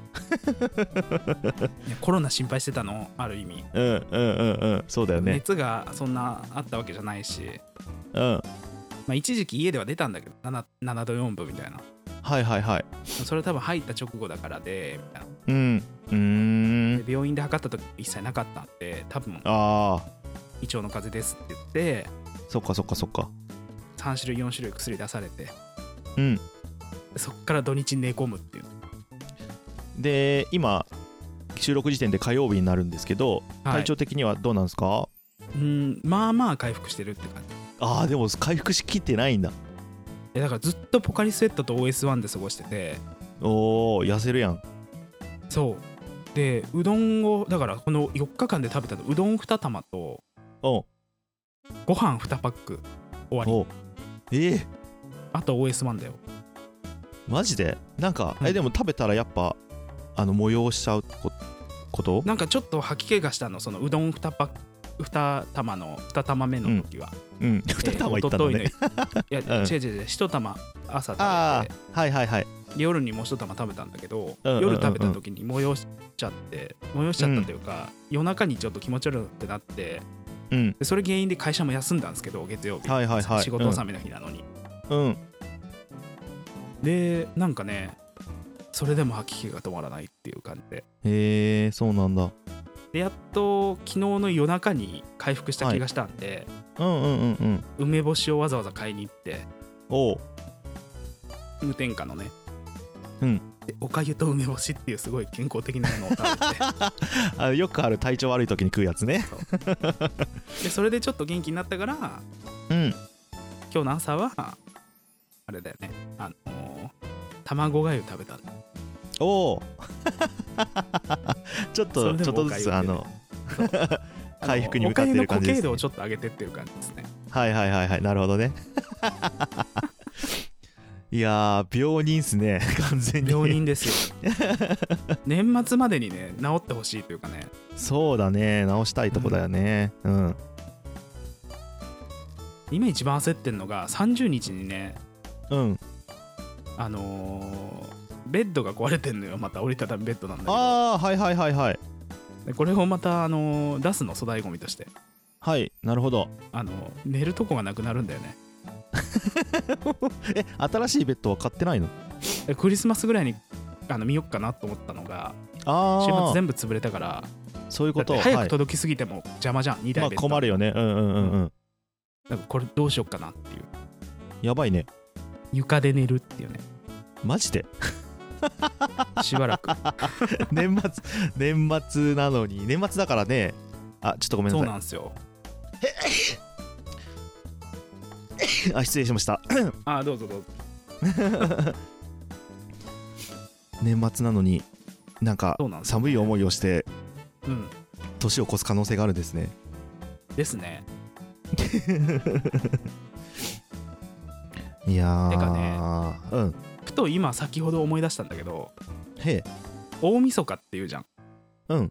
いやコロナ心配してたのある意味。 うんうんうんうんそうだよね。 熱がそんなあったわけじゃないし、 うんまあ、一時期家では出たんだけど 7, ななどよんぶみたいな。 はいはいはい。 それ多分入った直後だからでみたいな。 うんうーんで病院で測った時一切なかったんで多分あ胃腸の風邪ですって言って。 そっかそっかそっか。 さん種類よん種類薬出されて、 うんそっから土日寝込むっていう。 で今収録時点で火曜日になるんですけど、はい、体調的にはどうなんですか？ うんまあまあ回復してるって感じ。 ああでも回復しきってないんだ。 えだからずっとポカリスエットと オーエスワン で過ごしてて。 おー痩せるやん。 そうでうどんをだからこのよっかかんで食べたのうどんに玉とおご飯にパック終わり。 おえー、 あと オーエスワン だよ。 マジでなんか、うん、えでも食べたらやっぱあの催しちゃうことなんかちょっと吐き気がしたのそのうどんにパックに玉のに玉目の時は。 うん、うん、に玉いったのね。 いや、うん、違う違う違ういち玉朝食べてあはいはいはい夜にもういち玉食べたんだけど、うんうんうんうん、夜食べた時に催しちゃって催しちゃったというか、うん、夜中にちょっと気持ち悪くなって、 うん、 でそれ原因で会社も休んだんですけど月曜日、 はいはいはい、 仕事納めの日なのに、 うん、 でなんかねそれでも吐き気が止まらないっていう感じで。 へえそうなんだ。 でやっと昨日の夜中に回復した気がしたんで、 はい、うんうんうんうん梅干しをわざわざ買いに行ってお無添加のね、 うん、 でおかゆと梅干しっていうすごい健康的なものを食べてあよくある体調悪い時に食うやつね。 そうでそれでちょっと元気になったから、 うん、 今日の朝はあれだよねあのー、卵がゆ食べた。 おおちょっとちょっとずつあの回復に向かってる感じです、ね、 おかゆの固形度をちょっと上げてってる感じですね。 はいはいはいはいなるほどねいやー病人っすね完全に病人ですよ年末までにね治ってほしいというかね。 そうだね、治したいとこだよね。うん、うん、 今一番焦ってんのがさんじゅうにちにね、 うんあのー、ベッドが壊れてんのよ。また折りたたみベッドなんだけど。 ああはいはいはいはい。 でこれをまた、あのー、出すの粗大ゴミとして。 はい、なるほど。 あの寝るとこがなくなるんだよねえ新しいベッドは買ってないの？ クリスマスぐらいにあの見よっかなと思ったのが、 あ週末全部潰れたから。 そういうこと。 早く届きすぎても邪魔じゃん、はい、にだいベッド。 まあ困るよね。うんうんうんうん。 だからこれどうしよっかなっていう。 やばいね。 床で寝るっていうね。 マジでしばらく年末年末なのに、年末だからね。あちょっとごめんなさい。 そうなんですよあ失礼しましたあどうぞどうぞ年末なのになんか寒い思いをして年を越す可能性があるんですね。 ですねいやーてかね、 うん、 ふと今先ほど思い出したんだけど、 へえ大晦日っていうじゃん。 うん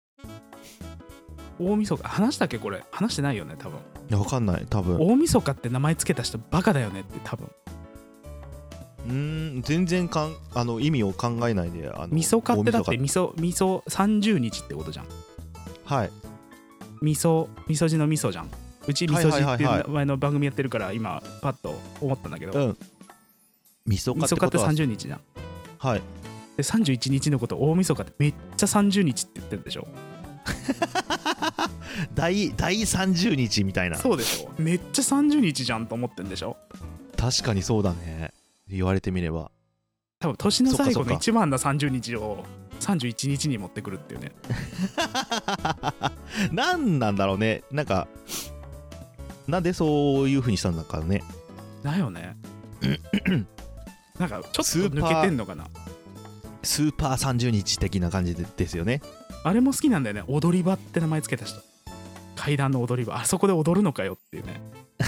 大晦日話したっけ？これ話してないよね多分。 いやわかんない多分。 大晦日って名前つけた人バカだよねって多分。 うーん全然かんあの意味を考えないで。あのみそかってだってみそみそさんじゅうにちってことじゃん。 はい。 みそみそじのみそじゃん。うちみそじっていう前の番組やってるから今パッと思ったんだけど、 うん、みそかってことはみそかってさんじゅうにちじゃん。 はい。 でさんじゅういちにちのこと大晦日ってめっちゃさんじゅうにちって言ってるでしょ第, 第さんじゅうにちみたいな。 そうでしょ。めっちゃさんじゅうにちじゃんと思ってんでしょ。 確かにそうだね、言われてみれば。 多分年の最後の一番なさんじゅうにちをさんじゅういちにちに持ってくるっていうね何なんだろうね。なんかなんでそういう風にしたんだからね。 だよねなんかちょっと抜けてんのかな。 スーパーさんじゅうにち的な感じでですよね。 あれも好きなんだよね。踊り場って名前つけた人。階段の踊り場、あそこで踊るのかよっていうね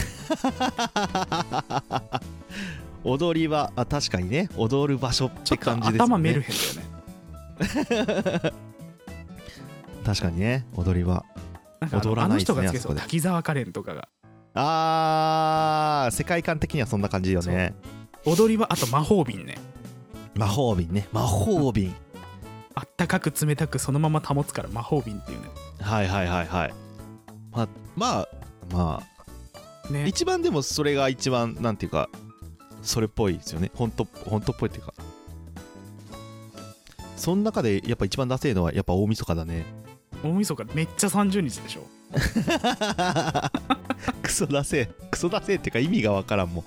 踊り場、あ確かにね、踊る場所って感じですよね。 頭メルヘンだよね確かにね、踊り場なんか あ, のあの人がつけそう、滝沢カレンとかが。 あー世界観的にはそんな感じよね。 踊り場、あと魔法瓶ね。 魔法瓶ね、魔法瓶、 あったかく冷たくそのまま保つから魔法瓶っていうね。 はいはいはいはい。まあまあまあ、ね、一番でもそれが一番なんていうかそれっぽいですよね。本当本当っぽいっていうか、その中でやっぱ一番ダセえのはやっぱ大晦日だね。 大晦日めっちゃさんじゅうにちでしょクソダセえクソダセえっていうか意味がわからんもん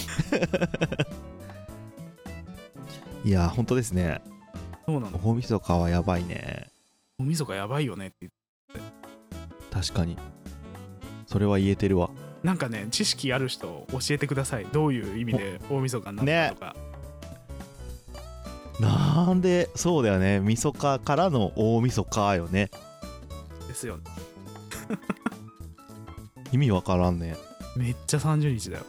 いや本当ですね。 そうなの。 大晦日はやばいね。 大晦日やばいよねって言って。 確かにそれは言えてるわ。 なんかね知識ある人教えてください。どういう意味で大晦日になったとか、 ね、なんでそうだよね。晦日からの大晦日よね。 ですよね意味わからんね。 めっちゃさんじゅうにちだよ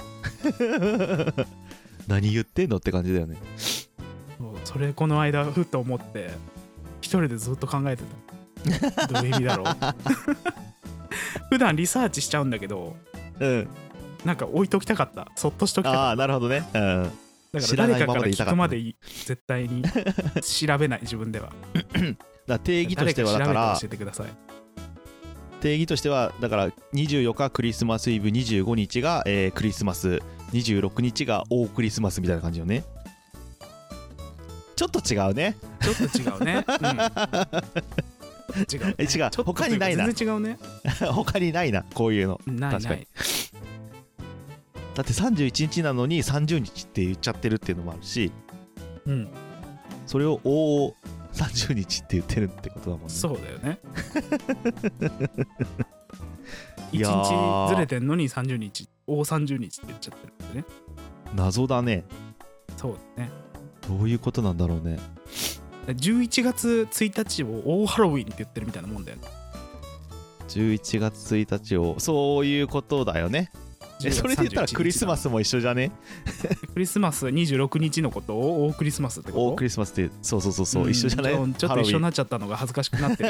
何言ってんのって感じだよね。 それこの間ふっと思って一人でずっと考えてたどういう意味だろう普段リサーチしちゃうんだけど、 うん、 なんか置いときたかった。そっとしときたかった。 ああなるほどね、うん、 だから誰かから聞くまで絶対に調べない自分ではだ定義としてはだから誰か教えてください。 定義としてはだからにじゅうよっかクリスマスイブ、にじゅうごにちが、えー、クリスマス、にじゅうろくにちが大クリスマスみたいな感じよね。ちょっと違うね。 ちょっと違うね、うん違う、ね、 え違う他にないな。 全然違うね他にないなこういうの。 ない確かに。だってさんじゅういちにちなのにさんじゅうにちって言っちゃってるっていうのもあるし、 うん、 それを大さんじゅうにちって言ってるってことだもんね。 そうだよねいちにちずれてんのにさんじゅうにち、大さんじゅうにちって言っちゃってるんでね。 謎だね。 そうだね。 どういうことなんだろうね。 じゅういちがつついたちを大ハロウィンって言ってるみたいなもんだよね。 じゅういちがつついたちを、そういうことだよね。 えそれで言ったらクリスマスも一緒じゃね？ クリスマスにじゅうろくにちのことを大クリスマスってこと？ 大クリスマスってそうそうそうそう、うん、一緒じゃない？ ちょっと一緒になっちゃったのが恥ずかしくなってる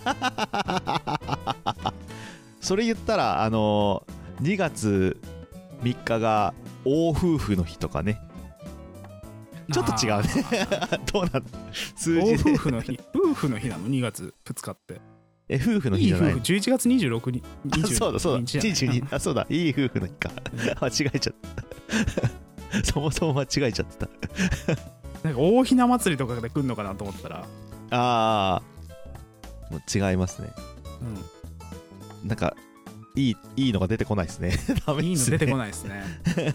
それ言ったらあのー、にがつみっかが大夫婦の日とかね。ちょっと違うねどうなん数字で大夫婦の日夫婦の日なのにがつふつかってえ夫婦の日じゃない？いい夫婦じゅういちがつにじゅうろくにちそうだそうだにじゅうにあそうだいい夫婦の日か間違えちゃったそもそも間違えちゃってたなんか大ひな祭りとかで来るのかなと思ったらああ違いますね。うんなんかいいいいのが出てこないですねダメですね。いいの出てこないですね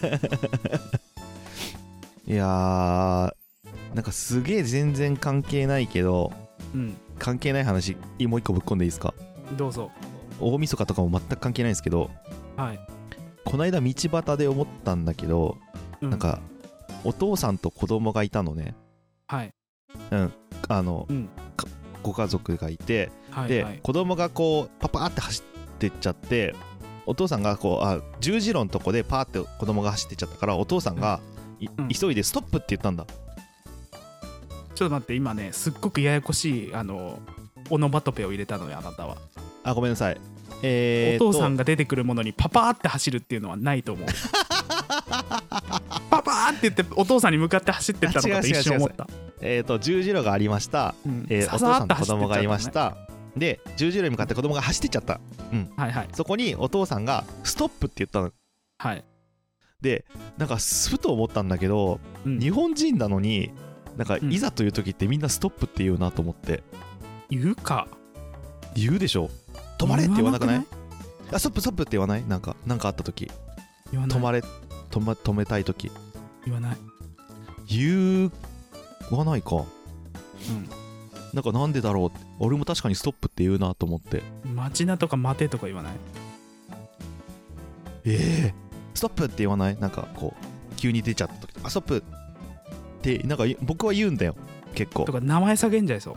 いやーなんかすげえ全然関係ないけど、うん、関係ない話もう一個ぶっ込んでいいですか？ どうぞ。 大晦日とかも全く関係ないんですけど、はい、この間道端で思ったんだけど、うん、なんかお父さんと子供がいたのね。はいうんあの、うん、ご家族がいて、はい、で、はい、子供がこうパパーって走ってっちゃってお父さんがこうあ十字路のとこでパーって子供が走ってっちゃったからお父さんが、うんうん、急いでストップって言ったんだ。 ちょっと待って今ねすっごくややこしいあのオノマトペを入れたのよあなたは。 あごめんなさい、えー、 お父さんが出てくるものにパパーって走るっていうのはないと思うパパーって言ってお父さんに向かって走ってったのかと一瞬思った。 えーと十字路がありました、うんえー、お父さんと子供がいました。で十字路に向かって子供が走ってっちゃった、うんはいはい、そこにお父さんがストップって言ったの。はいでなんかふと思ったんだけど、うん、日本人なのになんかいざという時ってみんなストップって言うなと思って、 うん、言うか言うでしょ。止まれって言わなくない？あストップストップって言わない？なんかなんかあった時言わない。 止まれ止, ま、止めたい時言わない。 言わないか。うんなんかなんでだろうって俺も確かにストップって言うなと思って。 待ちなとか待てとか言わない？ ええーストップって言わない？なんかこう急に出ちゃった時とかストップってなんか僕は言うんだよ結構。 とか名前叫んじゃいそう。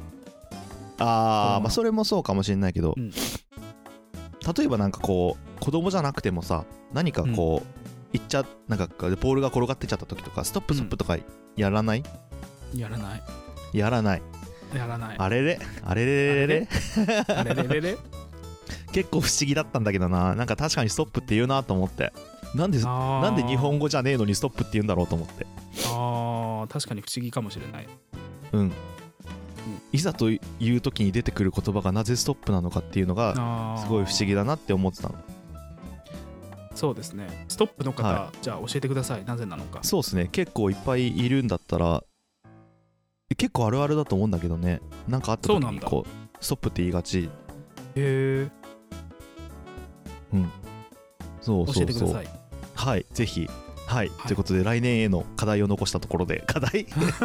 あーまあそれもそうかもしれないけど、うん、例えばなんかこう子供じゃなくてもさ何かこう、うん、行っちゃなんかボールが転がってっちゃった時とかストップストップとかやらない？ うん、やらないやらないやらない。 あれれあれれれれあれれれれ結構不思議だったんだけどな。なんか確かにストップって言うなと思って。なんでなんで日本語じゃねえのにストップって言うんだろうと思って。 あー確かに不思議かもしれない。 うん、うん、いざという時に出てくる言葉がなぜストップなのかっていうのがすごい不思議だなって思ってたの。 そうですね。ストップの方、はい、じゃあ教えてください。なぜなのか。 そうですね。結構いっぱいいるんだったら結構あるあるだと思うんだけどね。なんかあった時にこうストップって言いがち。 へえ。 うんそうそうそう。 教えてください。 はいぜひはい、はい、ということで来年への課題を残したところで課題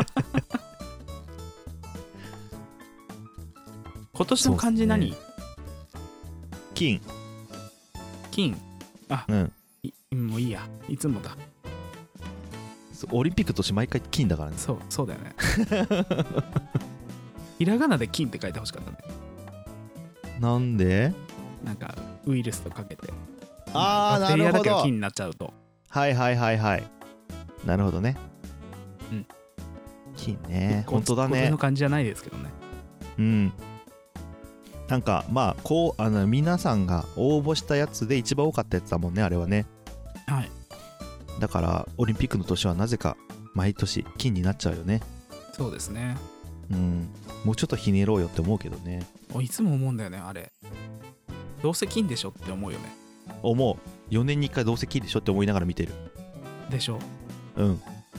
今年の漢字何？ ね、金金あうんもういいやいつもだ。 オリンピックとして毎回金だからね。 そうそうだよねひらがなで金って書いてほしかったね。 なんで？ なんかウイルスとかけてああなるほど。バクテリアだけど金になっちゃうと。 はいはいはいはいなるほどね。うん金ね本当だね。 この感じじゃないですけどね。 うんなんかまあこうあの皆さんが応募したやつで一番多かったやつだもんねあれはね。 はいだからオリンピックの年はなぜか毎年金になっちゃうよね。 そうですね。 うんもうちょっとひねろうよって思うけどね。 いつも思うんだよねあれ。どうせ金でしょって思うよね。 思う。よねんにいっかいどうせ金でしょって思いながら見てるでしょ。 うん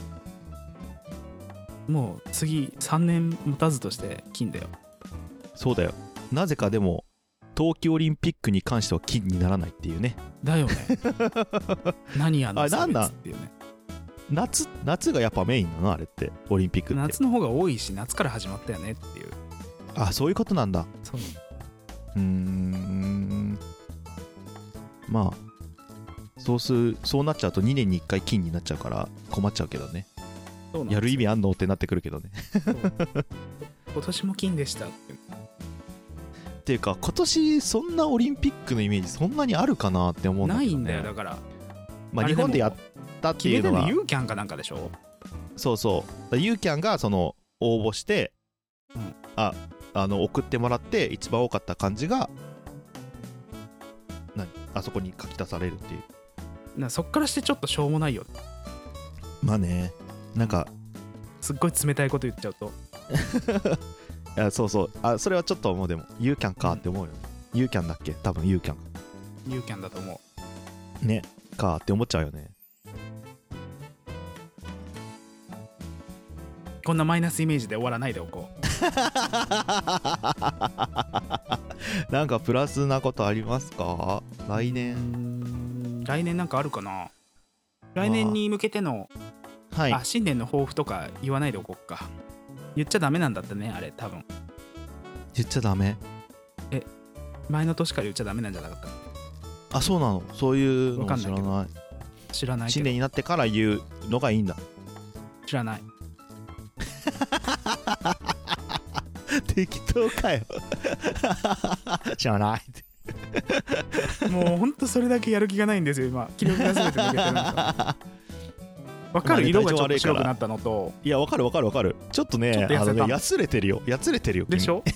もう次さんねん持たずとして金だよ。 そうだよ。なぜかでも冬季オリンピックに関しては金にならないっていうね。 だよね何やんの差別っていうね。 夏夏がやっぱメインなのあれってオリンピックって。 夏の方が多いし夏から始まったよねっていう。 あそういうことなんだ。 そううーんまあそうすそうなっちゃうとにねんにいっかい金になっちゃうから困っちゃうけどね。やる意味あんのってなってくるけどね今年も金でしたって。 ていうか今年そんなオリンピックのイメージそんなにあるかなって思うんだけど、ね、 ないんだよ。だからまあ日本でやったっていうのが決めてるのユーキャンかなんかでしょ。 そうそうユーキャンがその応募して、うん、ああの送ってもらって一番多かった感じが何あそこに書き出されるっていう。 なそっからしてちょっとしょうもないよ。 まあね、なんかすっごい冷たいこと言っちゃうといやそうそう、あそれはちょっともうでもユーキャンかって思うよ、うん、ユーキャンだっけ、多分ユーキャンユーキャンだと思うねかって思っちゃうよね。 こんなマイナスイメージで終わらないでおこうなんかプラスなことありますか来年。うーん来年なんかあるかな。来年に向けての、はい、あ新年の抱負とか言わないでおこうか。言っちゃダメなんだってね、あれ多分。 言っちゃダメ。 え前の年から言っちゃダメなんじゃなかった。 あそうなの。そういうの知らない。 知らないけど新年になってから言うのがいいんだ。 知らない適当かよ知らないってもうほんとそれだけやる気がないんですよ今。気力が全て抜けてるんだわかる、色がちょっと白くなったのと。 いやわかるわかるわかる。ちょっとねちょっと痩せたあのねやつれてるよやつれてるよでしょ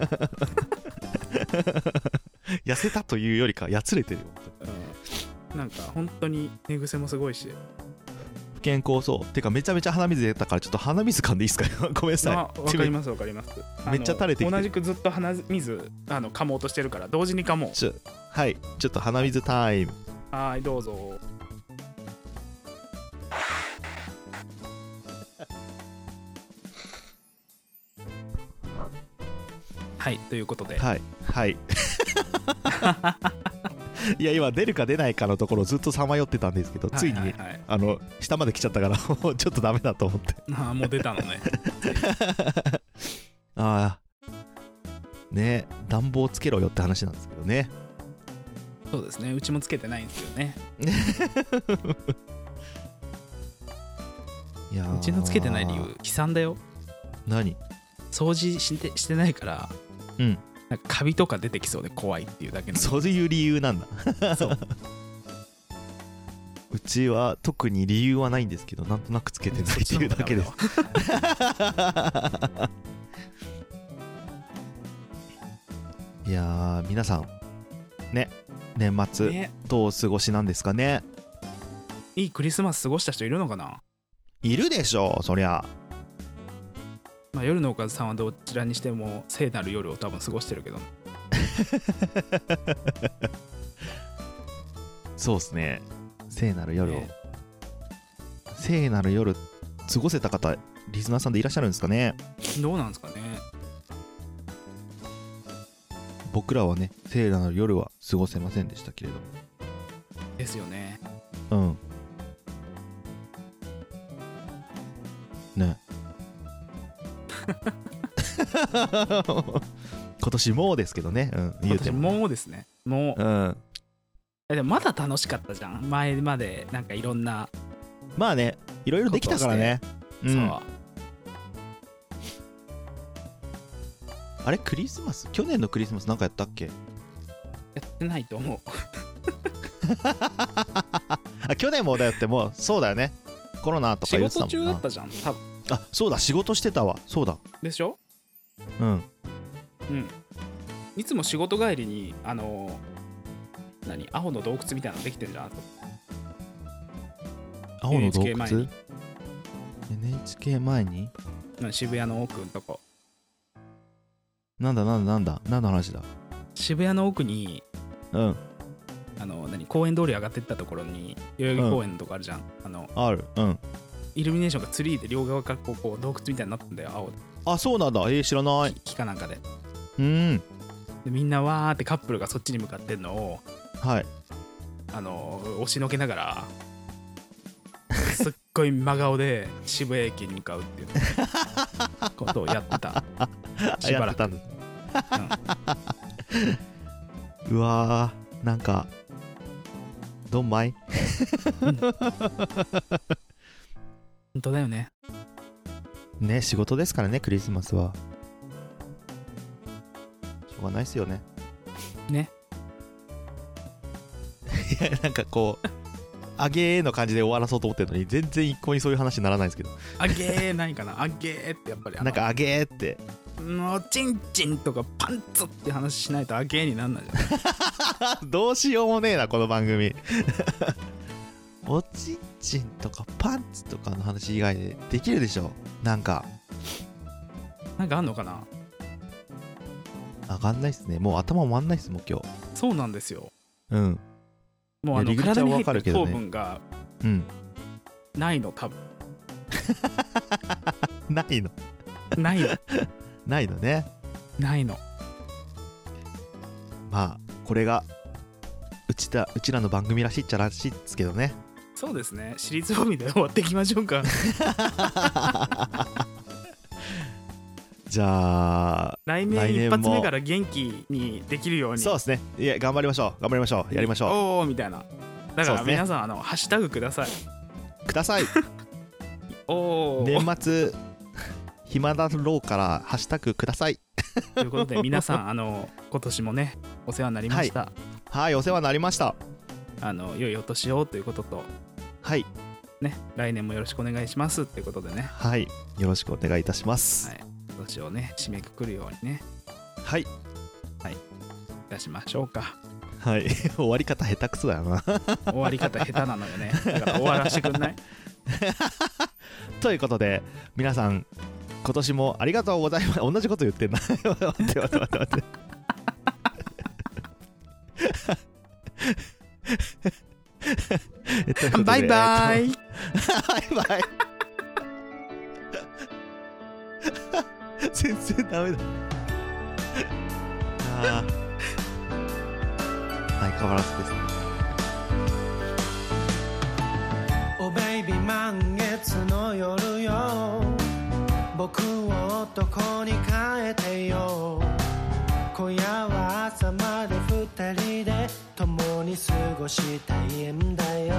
痩せたというよりかやつれてるよ、 うん、なんか本当に寝癖もすごいし不健康そう。てかめちゃめちゃ鼻水出たからちょっと鼻水噛んでいいですかごめんなさい。 わかりますわかります。 めっちゃ垂れてきて同じくずっと鼻水あの噛もうとしてるから同時に噛もう。 ちょはいちょっと鼻水タイム。 はいどうぞはいということではいはいいや今出るか出ないかのところずっとさまよってたんですけど、ついに、はいはいはい、あの下まで来ちゃったからもうちょっとダメだと思って。 ああもう出たのねああね暖房つけろよって話なんですけどね。 そうですね、うちもつけてないんですよねいやうちのつけてない理由悲惨だよ。 何？ 掃除してしてないからうんなんかカビとか出てきそうで怖いっていうだけの。 そういう理由なんだそううちは特に理由はないんですけどなんとなくつけてないっていうだけですいやー皆さんね年末、ね、どうお過ごしなんですかね。 いいクリスマス過ごした人いるのかな。 いるでしょそりゃ。 まあ、夜のおかずさんはどちらにしても聖なる夜を多分過ごしてるけどそうっすね聖なる夜を、ね、聖なる夜過ごせた方リスナーさんでいらっしゃるんですかね。 どうなんですかね。 僕らはね聖なる夜は過ごせませんでしたけれども。 ですよね。 うんね今年もうですけどね、うん、 言うても今年もうですねもう、 うん、 でもまだ楽しかったじゃん前までなんかいろんなまあねいろいろできたからね、うん、そうあれクリスマス去年のクリスマスなんかやったっけ。 やってないと思うあ去年もだよってもうそうだよねコロナとか言ってたもんな。 仕事中だったじゃん多分。 あそうだ仕事してたわそうだでしょ。 うんうんいつも仕事帰りにあの何アホの洞窟みたいなのできてんじゃん。 アホの洞窟エヌエイチケー 前にエヌエイチケー 前に渋谷の奥のとこなんだなんだなんだ何の話だ。 渋谷の奥にうんあの何公園通り上がってったところに代々木公園のとこあるじゃん、うん、あのあるうんイルミネーションがツリーで両側からこう、こう洞窟みたいになったんだよ青で。 あそうなんだ。えー、知らない。 木かなんかでうんでみんなわーってカップルがそっちに向かってんのをはいあの押しのけながらすっごい真顔で渋谷駅に向かうっていうことをやってたしばらくやってたんです、うん、うわーなんかどんまい本当だよね。 ね仕事ですからねクリスマスは。 ょうがないっすよね。 ね。 いやなんかこうあげーの感じで終わらそうと思ってるのに全然一向にそういう話にならないんですけど。 あげーないかな。あげーってやっぱりなんかあげーってもうチンチンとかパンツって話しないとあげーになんないじゃん。 どうしようもねえなこの番組。おちんちんとかパンツとかの話以外でできるでしょ。なんかなんかあんのかな。 上がんないっすね。もう頭回んないっすもん今日。 そうなんですよ。 うん。 もうあの体に入ってる糖分がないの多分。 ないの。 ないの。 ないのね。 ないの。 まあこれがうちだうちらの番組らしいっちゃらしいですけどね。 そうですね。私立帯で終わっていきましょうか。 じゃあ来年一発目から元気にできるように。 そうですね。いや頑張りましょう頑張りましょうやりましょう。 おおみたいな。だから皆さん、ね、あのハッシュタグください。 ください。 おお。 年末暇だろうからハッシュタグください。 ということで皆さんあの今年もねお世話になりました。 はい、はい、お世話になりました。 あの良いお年をということと、 はいね、来年もよろしくお願いしますということでね。 はい、よろしくお願いいたします。 はい、今年をね締めくくるようにね。 はいはい、いたしましょうか。 はい、終わり方下手くそだよな。 終わり方下手なのよね。だから終わらせてくんない？ ということで皆さん今年もありがとうございます。同じこと言ってんな。待って待って待って待って。 バイバイ。 バイバイ。全然ダメだ。ああ。相変わらずですね。 おベイビー満月の夜よ、僕を男に変えてよ。今夜は朝まで二人で共に過ごしたいんだよ。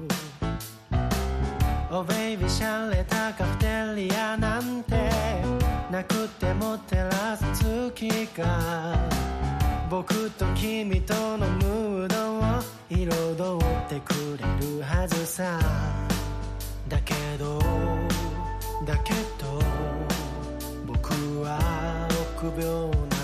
おベイビーシャレたカフェテリアなんてなくても照らす月が僕と君とのムードを彩ってくれるはずさ。だけどだけど僕は臆病な